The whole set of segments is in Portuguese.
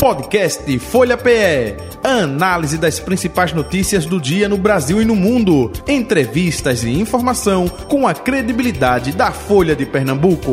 Podcast Folha PE. A análise das principais notícias do dia no Brasil e no mundo. Entrevistas e informação com a credibilidade da Folha de Pernambuco.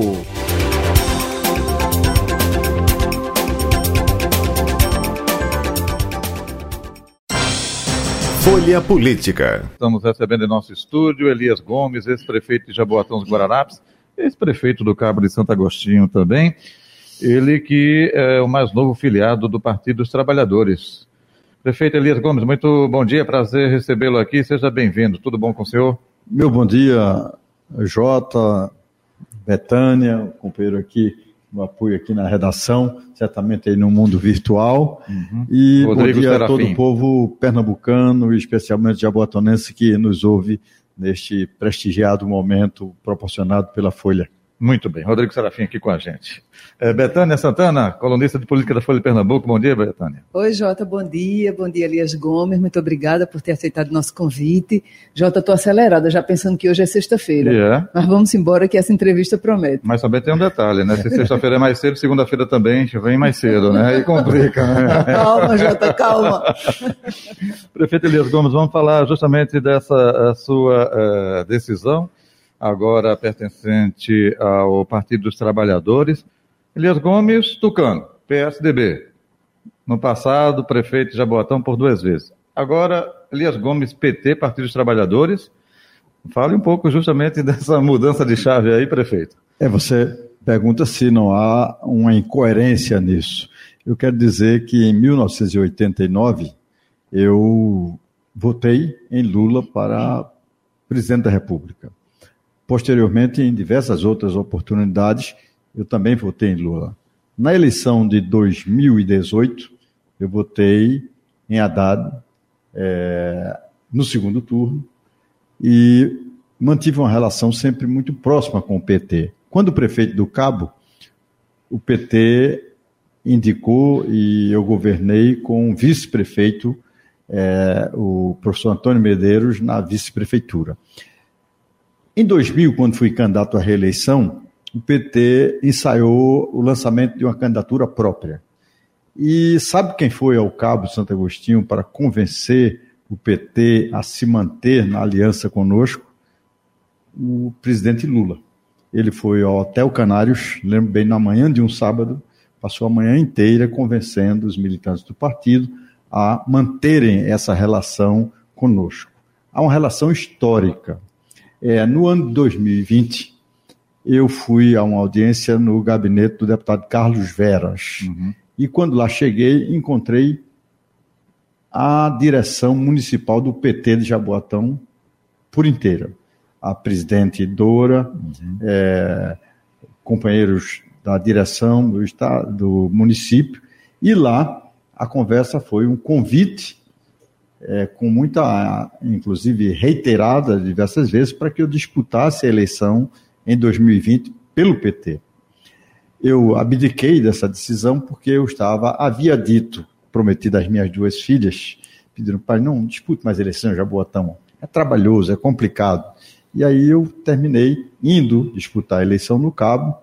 Folha Política. Estamos recebendo em nosso estúdio Elias Gomes, ex-prefeito de Jaboatão dos Guararapes, ex-prefeito do Cabo de Santo Agostinho também. Ele que é o mais novo filiado do Partido dos Trabalhadores. Prefeito Elias Gomes, muito bom dia, prazer recebê-lo aqui, seja bem-vindo. Tudo bom com o senhor? Meu bom dia, Jota, Betânia, companheiro aqui, no apoio aqui na redação, certamente aí no mundo virtual. E Rodrigo bom dia Serafim. a todo o povo pernambucano, e especialmente jaboatonense que nos ouve neste prestigiado momento proporcionado pela Folha. Muito bem, Rodrigo Serafim aqui com a gente. Betânia Santana, colunista de política da Folha de Pernambuco. Bom dia, Betânia. Oi, Jota, bom dia, Elias Gomes, muito obrigada por ter aceitado o nosso convite. Jota, estou acelerada, já pensando que hoje é sexta-feira, mas vamos embora que essa entrevista promete. Mas também tem um detalhe, né? Se sexta-feira é mais cedo, segunda-feira também vem mais cedo, né? Aí complica, né? Calma, Jota, calma. Prefeito Elias Gomes, vamos falar justamente dessa sua decisão, agora pertencente ao Partido dos Trabalhadores. Elias Gomes, tucano, PSDB. No passado, prefeito de Jaboatão por 2 vezes. Agora, Elias Gomes, PT, Partido dos Trabalhadores. Fale um pouco justamente dessa mudança de chave aí, prefeito. Você pergunta se não há uma incoerência nisso. Eu quero dizer que em 1989, eu votei em Lula para presidente da República. Posteriormente, em diversas outras oportunidades, eu também votei em Lula. Na eleição de 2018, eu votei em Haddad no segundo turno e mantive uma relação sempre muito próxima com o PT. Quando prefeito do Cabo, o PT indicou e eu governei com o vice-prefeito, o professor Antônio Medeiros, na vice-prefeitura. Em 2000, quando fui candidato à reeleição, o PT ensaiou o lançamento de uma candidatura própria. E sabe quem foi ao Cabo de Santo Agostinho para convencer o PT a se manter na aliança conosco? O presidente Lula. Ele foi ao Hotel Canários, lembro bem, na manhã de um sábado, passou a manhã inteira convencendo os militantes do partido a manterem essa relação conosco. Há uma relação histórica. No ano de 2020, eu fui a uma audiência no gabinete do deputado Carlos Veras. E quando lá cheguei, encontrei a direção municipal do PT de Jaboatão por inteira. A presidente Dora, companheiros da direção do município. E lá a conversa foi um convite com muita, inclusive reiterada diversas vezes, para que eu disputasse a eleição em 2020 pelo PT. Eu abdiquei dessa decisão porque eu havia dito, prometido às minhas 2 filhas, pedindo, pai, não dispute mais eleição em Jaboatão, é trabalhoso, é complicado. E aí eu terminei indo disputar a eleição no Cabo,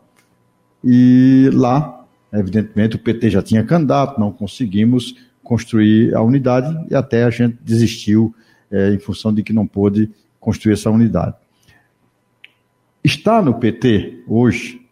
e lá, evidentemente, o PT já tinha candidato, não conseguimos construir a unidade e até a gente desistiu em função de que não pôde construir essa unidade. Estar no PT hoje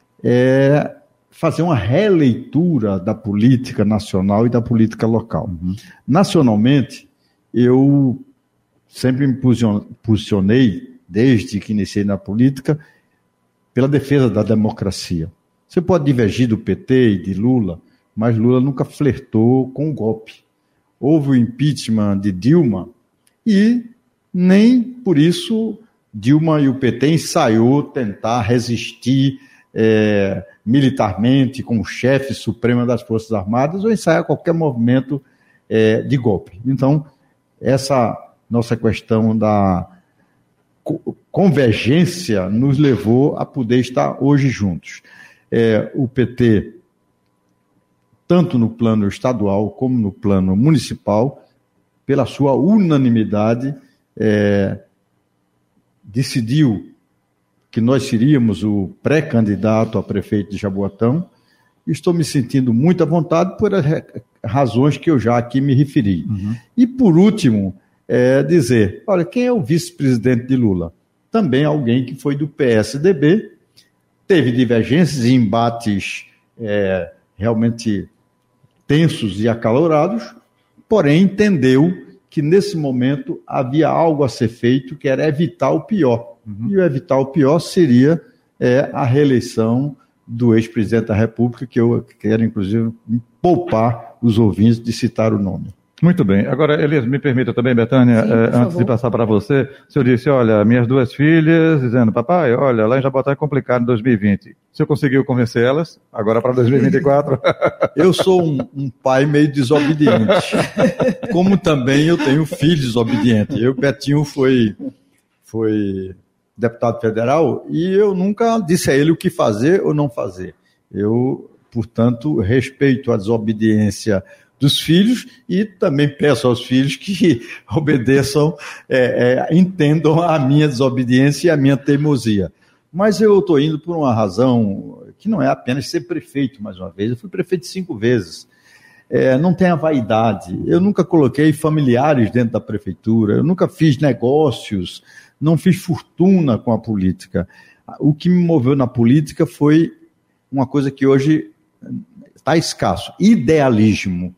é fazer uma releitura da política nacional e da política local. Nacionalmente, eu sempre me posicionei, desde que iniciei na política, pela defesa da democracia. Você pode divergir do PT e de Lula, mas Lula nunca flertou com o golpe. Houve o impeachment de Dilma e nem por isso Dilma e o PT ensaiou tentar resistir militarmente como chefe supremo das Forças Armadas ou ensaiar qualquer movimento de golpe. Então, essa nossa questão da convergência nos levou a poder estar hoje juntos. O PT, tanto no plano estadual como no plano municipal, pela sua unanimidade, decidiu que nós seríamos o pré-candidato a prefeito de Jaboatão estou me sentindo muito à vontade por razões que eu já aqui me referi. E, por último, dizer, olha, quem é o vice-presidente de Lula? Também alguém que foi do PSDB, teve divergências e embates realmente tensos e acalorados, porém entendeu que nesse momento havia algo a ser feito, que era evitar o pior. E o evitar o pior seria a reeleição do ex-presidente da República, que eu quero, inclusive, poupar os ouvintes de citar o nome. Muito bem. Agora, Elias, me permita também, Betânia, antes de passar para você, o senhor disse, olha, minhas 2 filhas, dizendo, papai, olha, lá em Jabotão é complicado em 2020. O senhor conseguiu convencer elas? Agora para 2024? Eu sou um pai meio desobediente, como também eu tenho filhos desobedientes. Betinho foi deputado federal e eu nunca disse a ele o que fazer ou não fazer. Eu, portanto, respeito a desobediência dos filhos e também peço aos filhos que obedeçam, entendam a minha desobediência e a minha teimosia. Mas eu estou indo por uma razão que não é apenas ser prefeito, mais uma vez. Eu fui prefeito 5 vezes. Não tenha vaidade. Eu nunca coloquei familiares dentro da prefeitura, eu nunca fiz negócios, não fiz fortuna com a política. O que me moveu na política foi uma coisa que hoje está escasso, idealismo.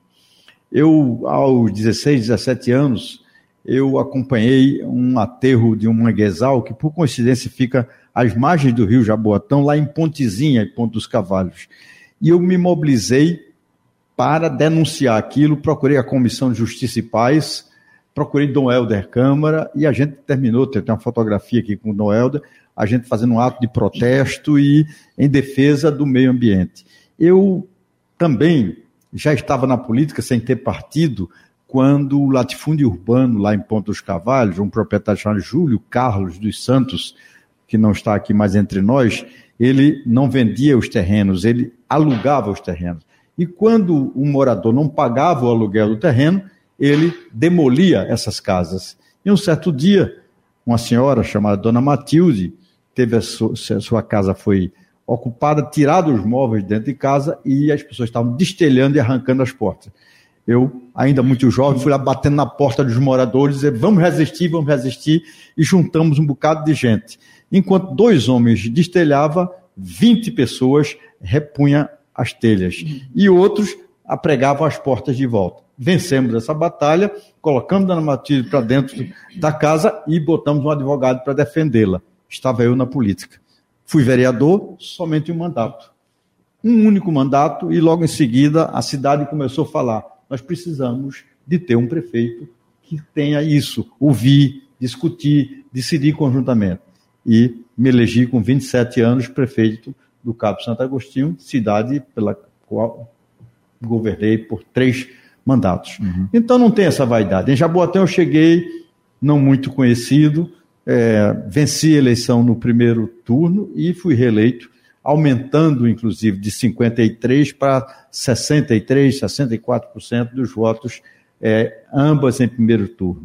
Eu, aos 16, 17 anos, eu acompanhei um aterro de um manguezal que, por coincidência, fica às margens do rio Jaboatão, lá em Pontezinha, em Ponte dos Cavalos. E eu me mobilizei para denunciar aquilo, procurei a Comissão de Justiça e Paz, procurei Dom Helder Câmara, e a gente terminou, tem uma fotografia aqui com o Dom Helder, a gente fazendo um ato de protesto e em defesa do meio ambiente. Eu também já estava na política sem ter partido, quando o latifúndio urbano, lá em Ponte dos Cavalos, um proprietário chamado Júlio Carlos dos Santos, que não está aqui mais entre nós, ele não vendia os terrenos, ele alugava os terrenos. E quando o morador não pagava o aluguel do terreno, ele demolia essas casas. E um certo dia, uma senhora chamada Dona Matilde, teve sua casa foi ocupada, tirado os móveis dentro de casa e as pessoas estavam destelhando e arrancando as portas. Eu, ainda muito jovem, fui lá batendo na porta dos moradores, dizer, vamos resistir, e juntamos um bocado de gente. Enquanto 2 homens destelhavam, 20 pessoas repunham as telhas, e outros apregavam as portas de volta. Vencemos essa batalha, colocamos a Dona Matilde para dentro da casa e botamos um advogado para defendê-la. Estava eu na política. Fui vereador, somente um mandato. Um único mandato, e logo em seguida a cidade começou a falar, nós precisamos de ter um prefeito que tenha isso, ouvir, discutir, decidir conjuntamente. E me elegi com 27 anos prefeito do Cabo Santo Agostinho, cidade pela qual governei por 3 mandatos. Então não tem essa vaidade. Em Jaboatão eu cheguei, não muito conhecido, venci a eleição no primeiro turno e fui reeleito, aumentando inclusive de 53% para 63%, 64% dos votos, ambas em primeiro turno.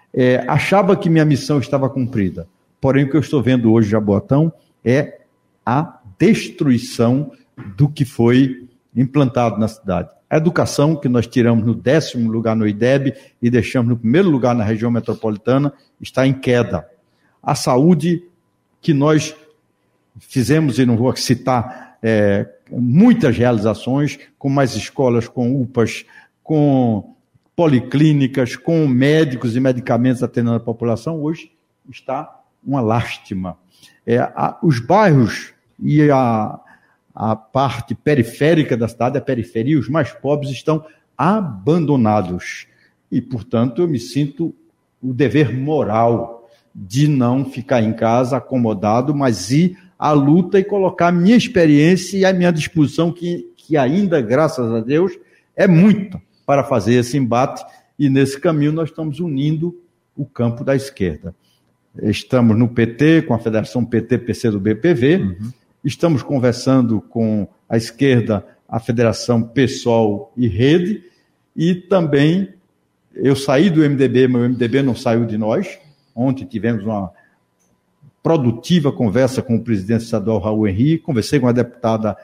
Achava que minha missão estava cumprida, porém o que eu estou vendo hoje em Jaboatão é a destruição do que foi implantado na cidade. A educação, que nós tiramos no 10º lugar no IDEB e deixamos no primeiro lugar na região metropolitana, está em queda. A saúde, que nós fizemos, e não vou citar, muitas realizações, com mais escolas, com UPAs, com policlínicas, com médicos e medicamentos atendendo a população, hoje está uma lástima. Os bairros e a parte periférica da cidade, a periferia, os mais pobres estão abandonados. E, portanto, eu me sinto o dever moral de não ficar em casa acomodado, mas ir à luta e colocar a minha experiência e a minha disposição, que ainda, graças a Deus, é muita para fazer esse embate. E nesse caminho nós estamos unindo o campo da esquerda. Estamos no PT, com a Federação PT-PC do BPV, estamos conversando com a esquerda, a Federação PSOL e Rede, e também eu saí do MDB, mas o MDB não saiu de nós. Ontem tivemos uma produtiva conversa com o presidente estadual Raul Henrique, conversei com a deputada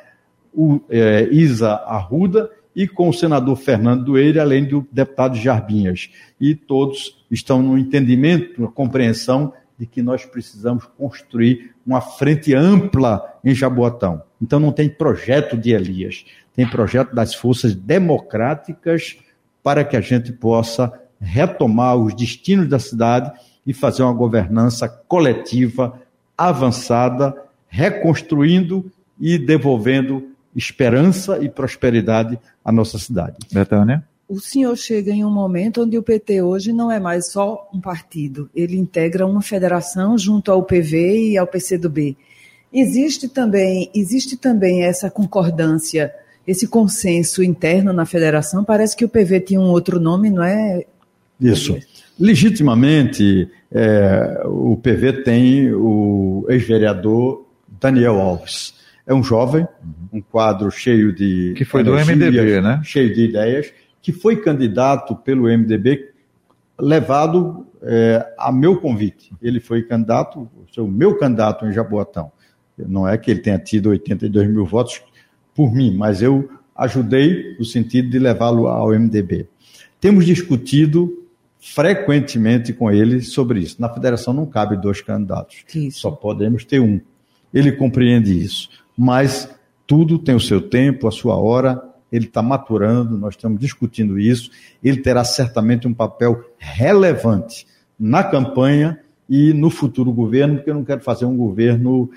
Isa Arruda e com o senador Fernando Doeire, além do deputado Jarbinhas. E todos estão no entendimento, na compreensão de que nós precisamos construir uma frente ampla em Jaboatão. Então não tem projeto de Elias, tem projeto das forças democráticas para que a gente possa retomar os destinos da cidade e fazer uma governança coletiva, avançada, reconstruindo e devolvendo esperança e prosperidade à nossa cidade. Betânia? O senhor chega em um momento onde o PT hoje não é mais só um partido, ele integra uma federação junto ao PV e ao PCdoB. Existe também essa concordância, esse consenso interno na federação? Parece que o PV tinha um outro nome, não é? Isso. Legitimamente, o PV tem o ex-vereador Daniel Alves. É um jovem, um quadro cheio de... Que foi do MDB, né? Cheio de ideias, que foi candidato pelo MDB, levado a meu convite. Ele foi candidato, o meu candidato em Jaboatão. Não é que ele tenha tido 82 mil votos por mim, mas eu ajudei no sentido de levá-lo ao MDB. Temos discutido frequentemente com ele sobre isso. Na federação não cabe 2 candidatos, só podemos ter um. Ele compreende isso, mas tudo tem o seu tempo, a sua hora, ele está maturando, nós estamos discutindo isso, ele terá certamente um papel relevante na campanha e no futuro governo, porque eu não quero fazer um governo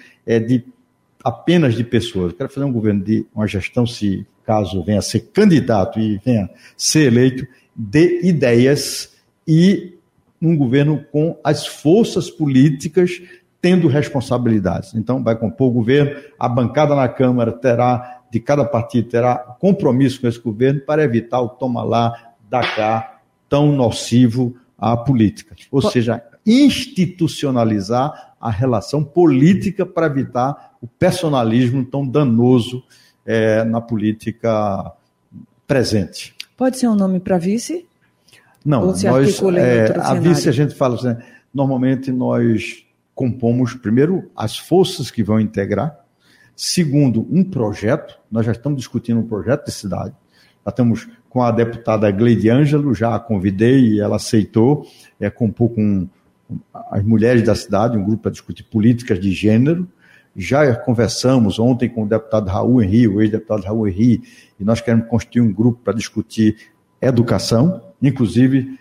apenas de pessoas, eu quero fazer um governo de uma gestão, se caso venha a ser candidato e venha ser eleito, de ideias e um governo com as forças políticas tendo responsabilidades. Então, vai compor o governo, a bancada na Câmara de cada partido terá compromisso com esse governo para evitar o toma lá, dá cá, tão nocivo à política. Ou seja, institucionalizar a relação política para evitar o personalismo tão danoso na política presente. Pode ser um nome para vice? Não, ou se articula em outro a vice a gente fala assim, normalmente nós compomos, primeiro, as forças que vão integrar, segundo, um projeto, nós já estamos discutindo um projeto de cidade, já estamos com a deputada Gleide Ângelo, já a convidei e ela aceitou, compor com as mulheres da cidade, um grupo para discutir políticas de gênero, já conversamos ontem com o deputado Raul Henri, o ex-deputado Raul Henri, e nós queremos constituir um grupo para discutir educação, inclusive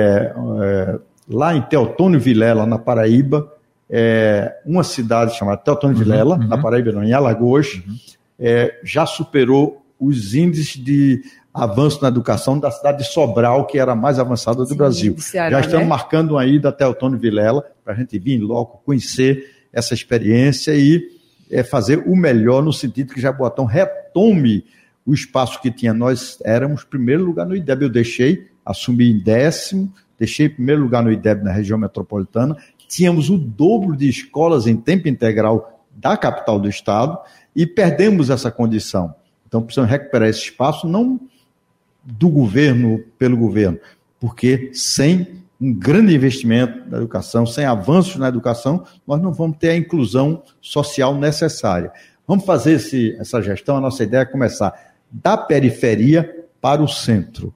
lá em Teotônio Vilela, na Paraíba, uma cidade chamada Teotônio Vilela, na Paraíba, não, em Alagoas, já superou os índices de avanço na educação da cidade de Sobral, que era a mais avançada do Brasil. Ceará, já estamos marcando uma ida até Teotônio Vilela, para a gente vir logo conhecer essa experiência e fazer o melhor no sentido que Jaboatão retome o espaço que tinha. Nós éramos primeiro lugar no IDEB, eu assumi em 10º, deixei primeiro lugar no IDEB na região metropolitana, tínhamos o dobro de escolas em tempo integral da capital do estado e perdemos essa condição. Então precisamos recuperar esse espaço, não do governo pelo governo, porque sem um grande investimento na educação, sem avanços na educação, nós não vamos ter a inclusão social necessária. Vamos fazer essa gestão, a nossa ideia é começar da periferia para o centro.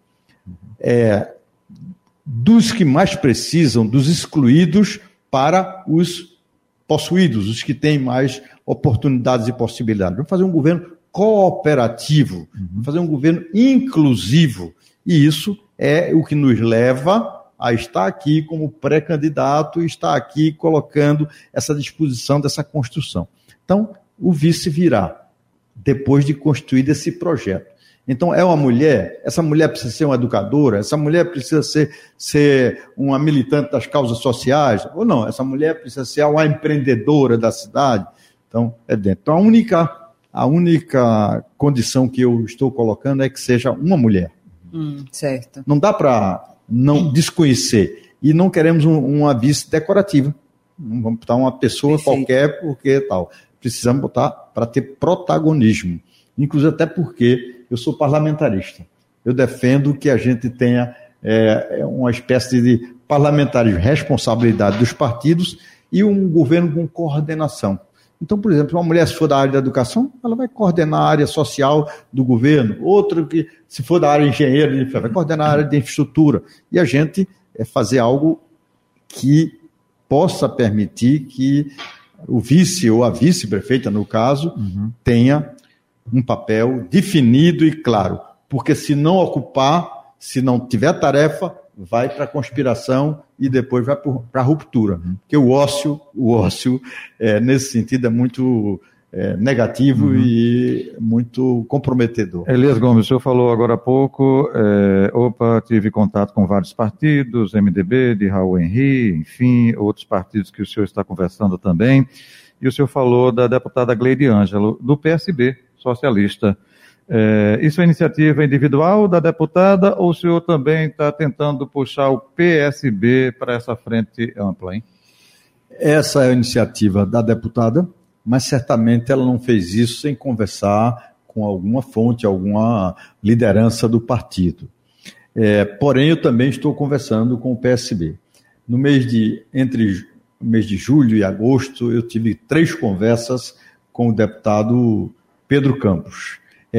Dos que mais precisam, dos excluídos, para os possuídos, os que têm mais oportunidades e possibilidades. Vamos fazer um governo cooperativo, vamos fazer um governo inclusivo, e isso é o que nos leva a estar aqui como pré-candidato e estar aqui colocando essa disposição dessa construção. Então, o vice virá, depois de construído esse projeto. Então, é uma mulher, essa mulher precisa ser uma educadora, essa mulher precisa ser uma militante das causas sociais, ou não, essa mulher precisa ser uma empreendedora da cidade. Então, é dentro. Então, a única condição que eu estou colocando é que seja uma mulher. Certo. Não dá para não desconhecer. E não queremos uma vice decorativa. Não vamos botar uma pessoa qualquer, porque tal. Precisamos botar para ter protagonismo. Inclusive até porque eu sou parlamentarista. Eu defendo que a gente tenha uma espécie de parlamentarismo, responsabilidade dos partidos e um governo com coordenação. Então, por exemplo, uma mulher, se for da área da educação, ela vai coordenar a área social do governo. Outra, que se for da área engenheira, vai coordenar a área de infraestrutura. E a gente fazer algo que possa permitir que o vice ou a vice-prefeita, no caso, tenha um papel definido e claro. Porque se não ocupar, se não tiver tarefa, vai para a conspiração e depois vai para a ruptura. Porque o ócio, nesse sentido, é muito negativo e muito comprometedor. Elias Gomes, o senhor falou agora há pouco, tive contato com vários partidos, MDB, de Raul Henry, enfim, outros partidos que o senhor está conversando também, e o senhor falou da deputada Gleide Ângelo, do PSB, socialista. Isso é iniciativa individual da deputada ou o senhor também está tentando puxar o PSB para essa frente ampla, hein? Essa é a iniciativa da deputada, mas certamente ela não fez isso sem conversar com alguma fonte, alguma liderança do partido. Porém, eu também estou conversando com o PSB. Entre o mês de julho e agosto, eu tive 3 conversas com o deputado Pedro Campos.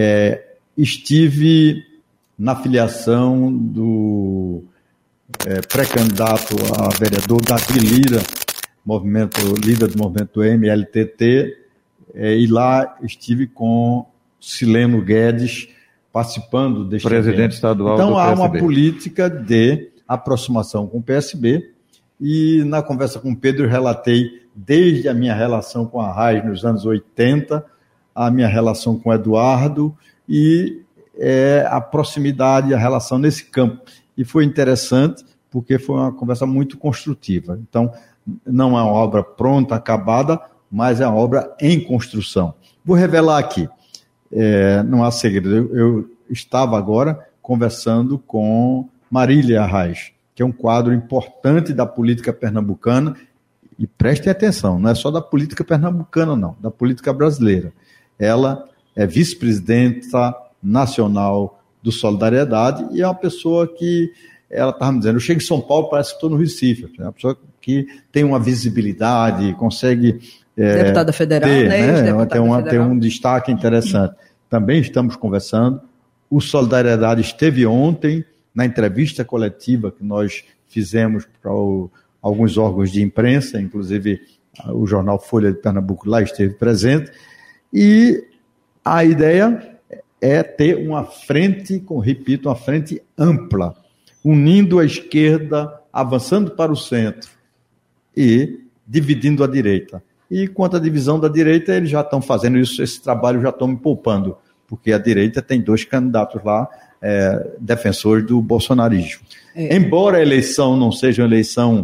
Estive na filiação do pré-candidato a vereador Davi Lira, líder do movimento MLTT, e lá estive com Sileno Guedes participando deste presidente evento. Estadual então, do PSB. Então há uma política de aproximação com o PSB, e na conversa com o Pedro eu relatei desde a minha relação com a RAIS nos anos 80, a minha relação com o Eduardo e a proximidade, a relação nesse campo. E foi interessante porque foi uma conversa muito construtiva. Então, não é uma obra pronta, acabada, mas é uma obra em construção. Vou revelar aqui, não há segredo, eu estava agora conversando com Marília Arraes, que é um quadro importante da política pernambucana, e prestem atenção, não é só da política pernambucana, não, da política brasileira. Ela é vice-presidenta nacional do Solidariedade e é uma pessoa que, ela estava me dizendo, eu chego em São Paulo, parece que estou no Recife. É uma pessoa que tem uma visibilidade, consegue... deputada federal, tem um destaque interessante. Também estamos conversando. O Solidariedade esteve ontem na entrevista coletiva que nós fizemos para alguns órgãos de imprensa, inclusive o jornal Folha de Pernambuco lá esteve presente. E a ideia é ter uma frente, uma frente ampla, unindo a esquerda, avançando para o centro e dividindo a direita. E quanto à divisão da direita, eles já estão fazendo isso, esse trabalho já estão me poupando, porque a direita tem 2 candidatos lá, defensores do bolsonarismo. Embora a eleição não seja uma eleição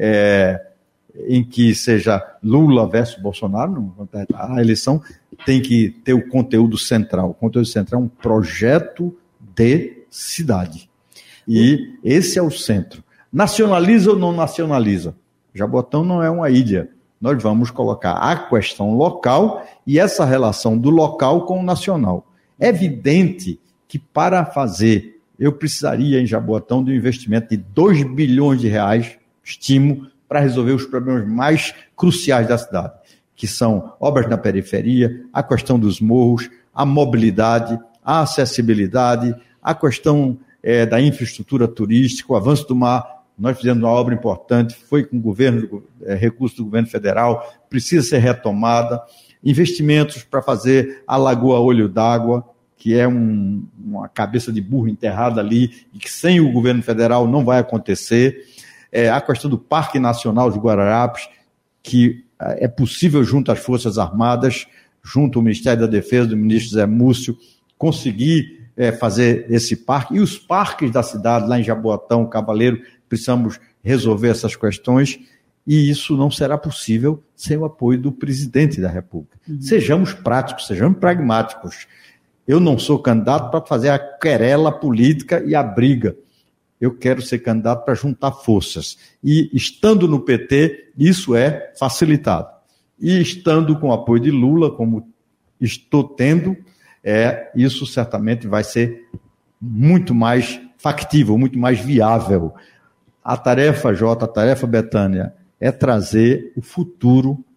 em que seja Lula versus Bolsonaro, a eleição tem que ter o conteúdo central. O conteúdo central é um projeto de cidade. E esse é o centro. Nacionaliza ou não nacionaliza? Jabotão não é uma ilha. Nós vamos colocar a questão local e essa relação do local com o nacional. É evidente que para fazer, eu precisaria em Jabotão de um investimento de 2 bilhões de reais, estimo, para resolver os problemas mais cruciais da cidade, que são obras na periferia, a questão dos morros, a mobilidade, a acessibilidade, a questão da infraestrutura turística, o avanço do mar. Nós fizemos uma obra importante, foi com o governo, recurso do governo federal, precisa ser retomada. Investimentos para fazer a Lagoa Olho d'Água, que é uma cabeça de burro enterrada ali, e que sem o governo federal não vai acontecer. A questão do Parque Nacional de Guararapes, que é possível, junto às Forças Armadas, junto ao Ministério da Defesa, do ministro Zé Múcio, conseguir fazer esse parque. E os parques da cidade, lá em Jaboatão, Cavaleiro, precisamos resolver essas questões, e isso não será possível sem o apoio do presidente da República. Sejamos práticos, sejamos pragmáticos. Eu não sou candidato para fazer a querela política e a briga. Eu quero ser candidato para juntar forças. E, estando no PT, isso é facilitado. E, estando com o apoio de Lula, como estou tendo, isso certamente vai ser muito mais factível, muito mais viável. A tarefa, Betânia, é trazer o futuro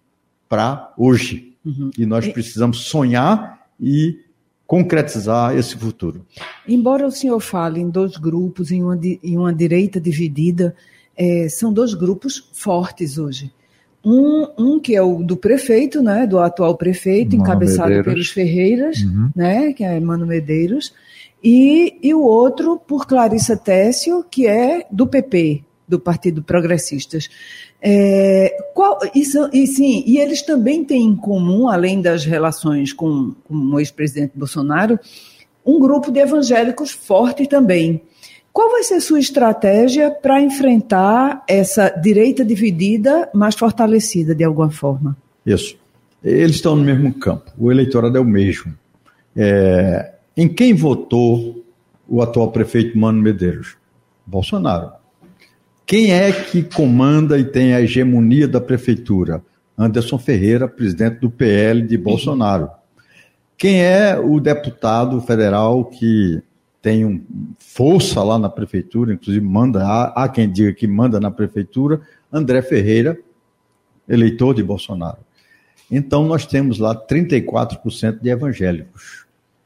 para hoje. E nós precisamos sonhar e concretizar esse futuro. Embora o senhor fale em dois grupos, em uma direita dividida, são dois grupos fortes hoje. Um que é o do prefeito, né, do atual prefeito, encabeçado pelos Ferreiras, né, que é Mano Medeiros, e o outro por Clarissa Thécio, que é do PP, do Partido Progressistas. E eles também têm em comum, além das relações com o ex-presidente Bolsonaro, um grupo de evangélicos forte também. Qual vai ser a sua estratégia para enfrentar essa direita dividida, mas fortalecida de alguma forma? Isso. Eles estão no mesmo campo. O eleitorado é o mesmo. Em quem votou o atual prefeito Mano Medeiros? Bolsonaro. Quem é que comanda e tem a hegemonia da prefeitura? Anderson Ferreira, presidente do PL de Bolsonaro. Quem é o deputado federal que tem força lá na prefeitura, inclusive há quem diga que manda na prefeitura? André Ferreira, eleitor de Bolsonaro. Então nós temos lá 34% de evangélicos.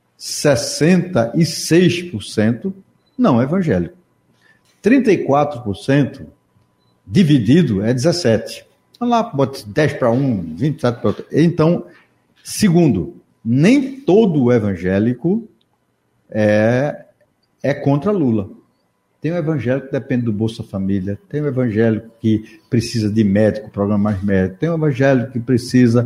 66% não evangélico. 34% dividido é 17%. Vamos lá, bota 10 para um, 27 para outro. Então, segundo, nem todo evangélico é contra Lula. Tem um evangélico que depende do Bolsa Família, tem um evangélico que precisa de médico, programa mais médico, tem um evangélico que precisa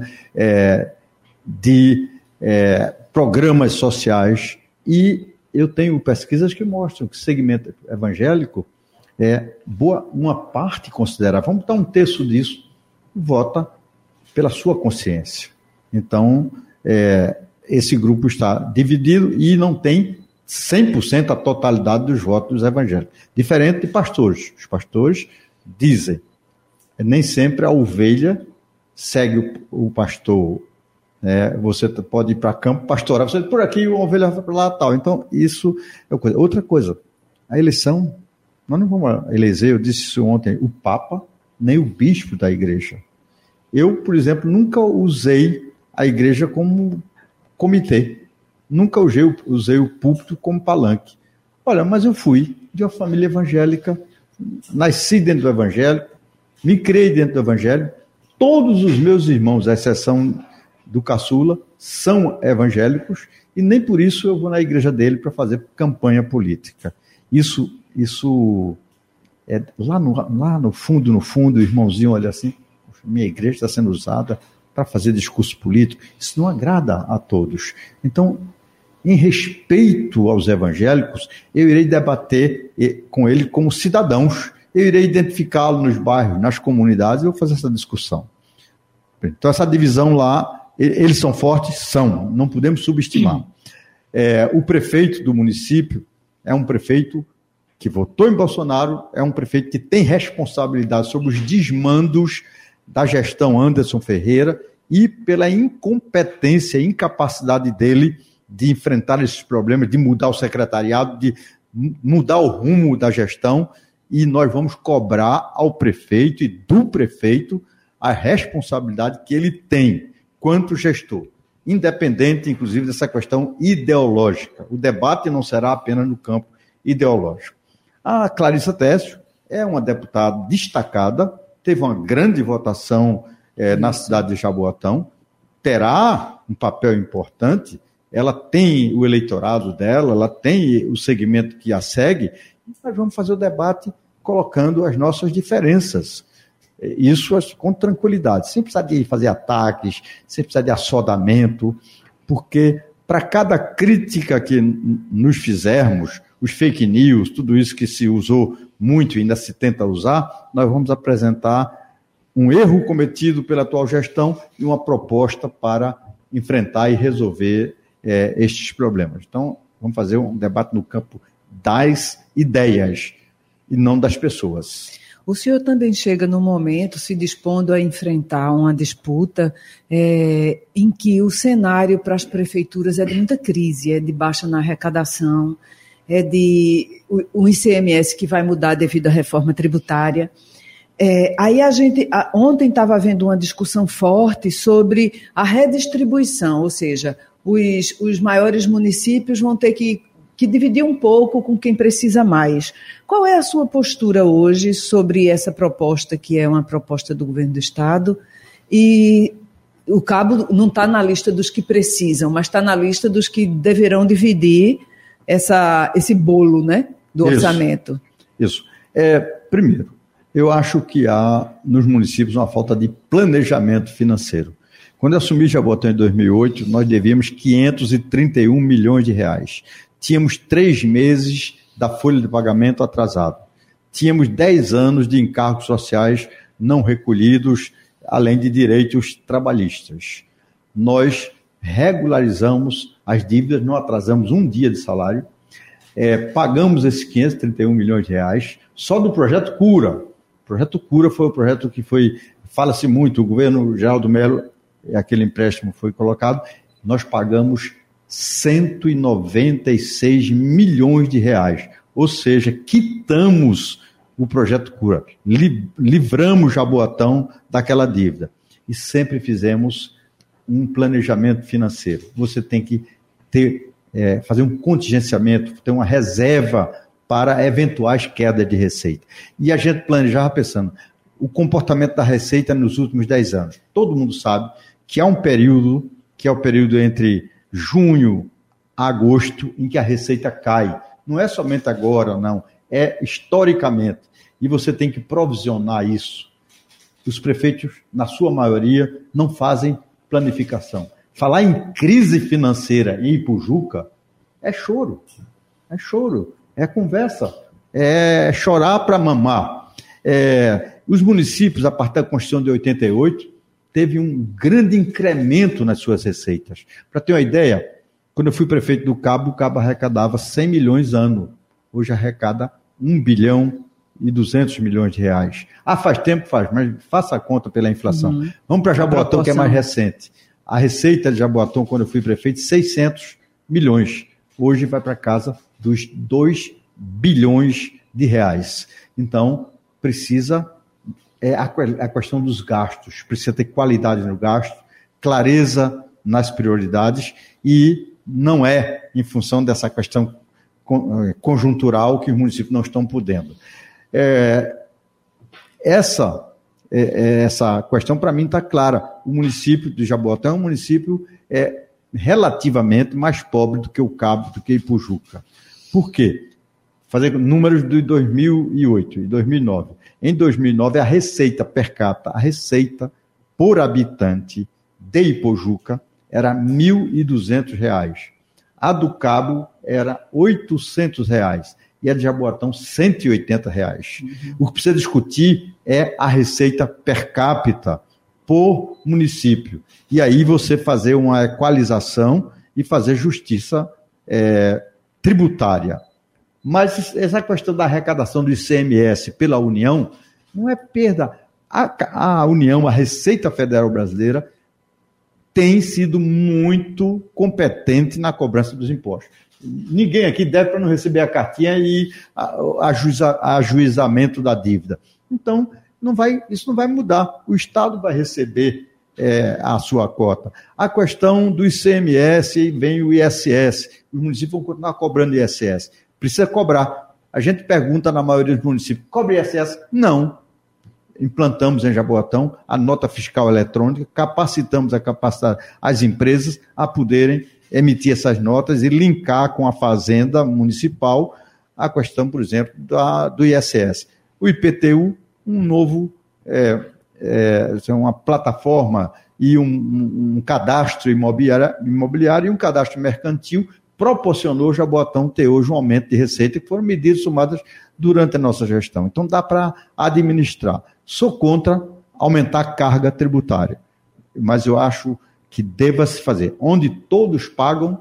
de programas sociais, e eu tenho pesquisas que mostram que o segmento evangélico uma parte considerável, vamos botar um terço disso, vota pela sua consciência. Então, esse grupo está dividido e não tem 100% a totalidade dos votos dos evangélicos. Diferente de pastores. Os pastores dizem, nem sempre a ovelha segue o pastor. Você pode ir para campo pastoral, você por aqui, uma ovelha vai para lá, tal. Então, isso é coisa. Outra coisa, a eleição, nós não vamos eleger, eu disse isso ontem, o Papa, nem o bispo da igreja. Eu, por exemplo, nunca usei a igreja como comitê. Nunca usei o púlpito como palanque. Olha, mas eu fui de uma família evangélica, nasci dentro do evangelho, me criei dentro do evangelho, todos os meus irmãos, à exceção do caçula, são evangélicos, e nem por isso eu vou na igreja dele para fazer campanha política. Isso lá no fundo, o irmãozinho olha assim, minha igreja está sendo usada para fazer discurso político. Isso não agrada a todos. Então, em respeito aos evangélicos, eu irei debater com eles como cidadãos, eu irei identificá-lo nos bairros, nas comunidades, e vou fazer essa discussão. Então, essa divisão lá, eles são fortes? São, não podemos subestimar. O prefeito do município é um prefeito que votou em Bolsonaro, é um prefeito que tem responsabilidade sobre os desmandos da gestão Anderson Ferreira e pela incompetência e incapacidade dele de enfrentar esses problemas, de mudar o secretariado, de mudar o rumo da gestão, e nós vamos cobrar ao prefeito e do prefeito a responsabilidade que ele tem quanto gestor, independente, inclusive, dessa questão ideológica. O debate não será apenas no campo ideológico. A Clarissa Thécio é uma deputada destacada, teve uma grande votação na cidade de Jaboatão, terá um papel importante, ela tem o eleitorado dela, ela tem o segmento que a segue, e nós vamos fazer o debate colocando as nossas diferenças. Isso com tranquilidade, sem precisar de fazer ataques, sem precisar de assodamento, porque para cada crítica que nos fizermos, os fake news, tudo isso que se usou muito e ainda se tenta usar, nós vamos apresentar um erro cometido pela atual gestão e uma proposta para enfrentar e resolver estes problemas. Então, vamos fazer um debate no campo das ideias e não das pessoas. O senhor também chega num momento se dispondo a enfrentar uma disputa em que o cenário para as prefeituras é de muita crise, é de baixa na arrecadação, é de o ICMS que vai mudar devido à reforma tributária. Aí ontem estava havendo uma discussão forte sobre a redistribuição, ou seja, os maiores municípios vão ter que dividir um pouco com quem precisa mais. Qual é a sua postura hoje sobre essa proposta, que é uma proposta do governo do Estado? E o Cabo não está na lista dos que precisam, mas está na lista dos que deverão dividir esse bolo, né, do orçamento. Isso. Primeiro, eu acho que há nos municípios uma falta de planejamento financeiro. Quando eu assumi Jaboatão em 2008, nós devíamos 531 milhões de reais. Tínhamos 3 meses da folha de pagamento atrasado. Tínhamos 10 anos de encargos sociais não recolhidos, além de direitos trabalhistas. Nós regularizamos as dívidas, não atrasamos um dia de salário, pagamos esses 531 milhões de reais só do projeto Cura. O projeto Cura foi o projeto que fala-se muito, o governo Geraldo Mello, aquele empréstimo foi colocado, nós pagamos 196 milhões de reais, ou seja, quitamos o projeto Cura, livramos Jaboatão daquela dívida e sempre fizemos um planejamento financeiro. Você tem que fazer um contingenciamento, ter uma reserva para eventuais quedas de receita. E a gente planejava pensando, o comportamento da receita nos últimos 10 anos. Todo mundo sabe que há um período, que é o período entre junho a agosto, em que a receita cai. Não é somente agora, não. É historicamente. E você tem que provisionar isso. Os prefeitos, na sua maioria, não fazem planificação. Falar em crise financeira em Ipujuca é choro. É choro. É conversa. É chorar para mamar. Os municípios, a partir da Constituição de 88, teve um grande incremento nas suas receitas. Para ter uma ideia, quando eu fui prefeito do Cabo, o Cabo arrecadava 100 milhões ano. Hoje arrecada 1 bilhão e 200 milhões de reais. Faz tempo, mas faça a conta pela inflação. Vamos para Jaboatão, que é mais recente. A receita de Jaboatão, quando eu fui prefeito, 600 milhões. Hoje vai para casa dos 2 bilhões de reais. Então, precisa... a questão dos gastos, precisa ter qualidade no gasto, clareza nas prioridades e não é em função dessa questão conjuntural que os municípios não estão podendo. Essa questão para mim está clara. O município de Jaboatão é um município relativamente mais pobre do que o Cabo, do que Ipujuca. Por quê? Fazer números de 2008 e 2009. Em 2009, a receita per capita, a receita por habitante de Ipujuca era R$ 1.200. A do Cabo era R$ 800 e a de Jaboatão R$ 180. O que precisa discutir é a receita per capita por município. E aí você fazer uma equalização e fazer justiça tributária. Mas essa questão da arrecadação do ICMS pela União não é perda. A União, a Receita Federal Brasileira, tem sido muito competente na cobrança dos impostos. Ninguém aqui deve para não receber a cartinha e ajuizamento da dívida. Então, isso não vai mudar. O Estado vai receber a sua cota. A questão do ICMS, vem o ISS. Os municípios vão continuar cobrando ISS. Precisa cobrar. A gente pergunta na maioria dos municípios, cobra ISS? Não. Implantamos em Jaboatão a nota fiscal eletrônica, capacitamos as empresas a poderem emitir essas notas e linkar com a Fazenda Municipal a questão, por exemplo, do ISS. O IPTU, um novo, uma plataforma e um cadastro imobiliário e um cadastro mercantil proporcionou Jaboatão ter hoje um aumento de receita, que foram medidas somadas durante a nossa gestão. Então dá para administrar. Sou contra aumentar a carga tributária, mas eu acho que deva se fazer. Onde todos pagam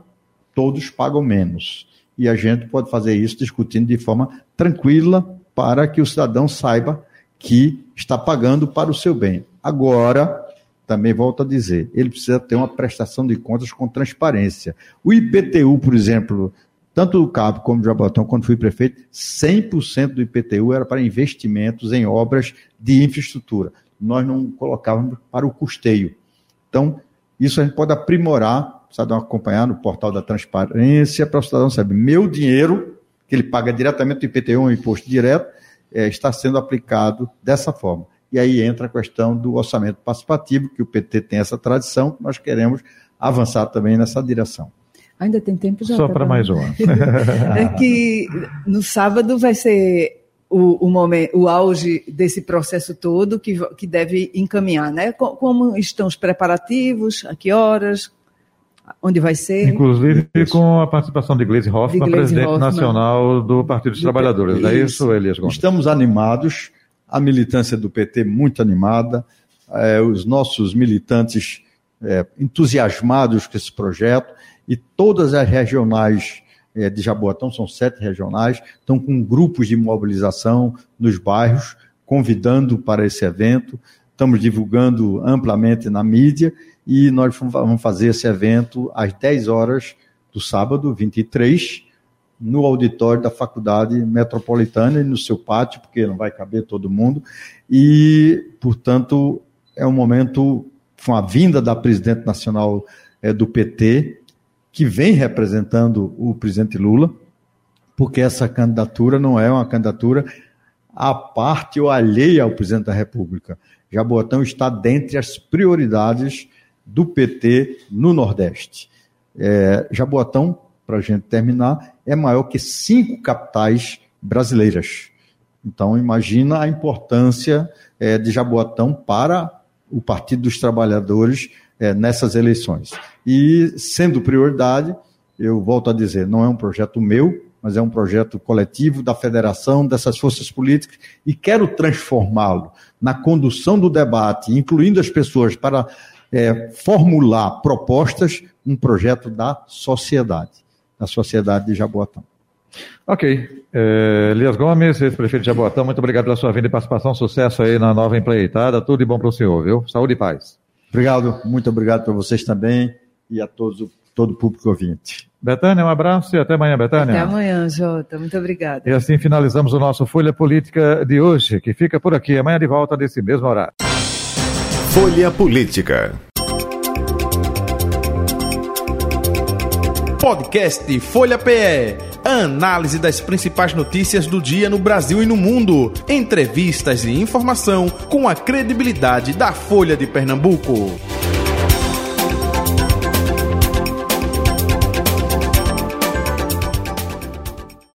menos. E a gente pode fazer isso discutindo de forma tranquila para que o cidadão saiba que está pagando para o seu bem. Agora, também volto a dizer, ele precisa ter uma prestação de contas com transparência. O IPTU, por exemplo, tanto do Cabo como do Jaboatão, quando fui prefeito, 100% do IPTU era para investimentos em obras de infraestrutura. Nós não colocávamos para o custeio. Então, isso a gente pode aprimorar, precisa acompanhar no portal da transparência, para o cidadão saber, meu dinheiro, que ele paga diretamente do IPTU, um imposto direto, está sendo aplicado dessa forma. E aí entra a questão do orçamento participativo, que o PT tem essa tradição, que nós queremos avançar também nessa direção. Ainda tem tempo já? Só para mais uma. É que no sábado vai ser o momento, o auge desse processo todo que deve encaminhar, né? Como estão os preparativos, a que horas, onde vai ser? Inclusive com a participação de Gleisi Hoffmann, presidente nacional do Partido dos Trabalhadores. É isso, Elias Gomes? Estamos animados, a militância do PT muito animada, os nossos militantes entusiasmados com esse projeto, e todas as regionais de Jaboatão, são 7 regionais, estão com grupos de mobilização nos bairros, convidando para esse evento. Estamos divulgando amplamente na mídia e nós vamos fazer esse evento às 10 horas do sábado, 23, no auditório da Faculdade Metropolitana e no seu pátio, porque não vai caber todo mundo. E, portanto, é um momento com a vinda da presidente nacional do PT, que vem representando o presidente Lula, porque essa candidatura não é uma candidatura à parte ou alheia ao presidente da República. Jaboatão está dentre as prioridades do PT no Nordeste. Jaboatão, para a gente terminar, é maior que 5 capitais brasileiras. Então, imagina a importância de Jaboatão para o Partido dos Trabalhadores nessas eleições. E, sendo prioridade, eu volto a dizer, não é um projeto meu, mas é um projeto coletivo da federação, dessas forças políticas, e quero transformá-lo na condução do debate, incluindo as pessoas para formular propostas, um projeto da sociedade de Jaboatão. Ok. Elias Gomes, ex-prefeito de Jaboatão, muito obrigado pela sua vinda e participação, sucesso aí na nova empreitada, tudo de bom para o senhor, viu? Saúde e paz. Obrigado, muito obrigado para vocês também e a todo o público ouvinte. Betânia, um abraço e até amanhã, Betânia. Até amanhã, Jota. Muito obrigada. E assim finalizamos o nosso Folha Política de hoje, que fica por aqui. Amanhã de volta nesse mesmo horário. Folha Política. Podcast Folha PE. Análise das principais notícias do dia no Brasil e no mundo. Entrevistas e informação com a credibilidade da Folha de Pernambuco.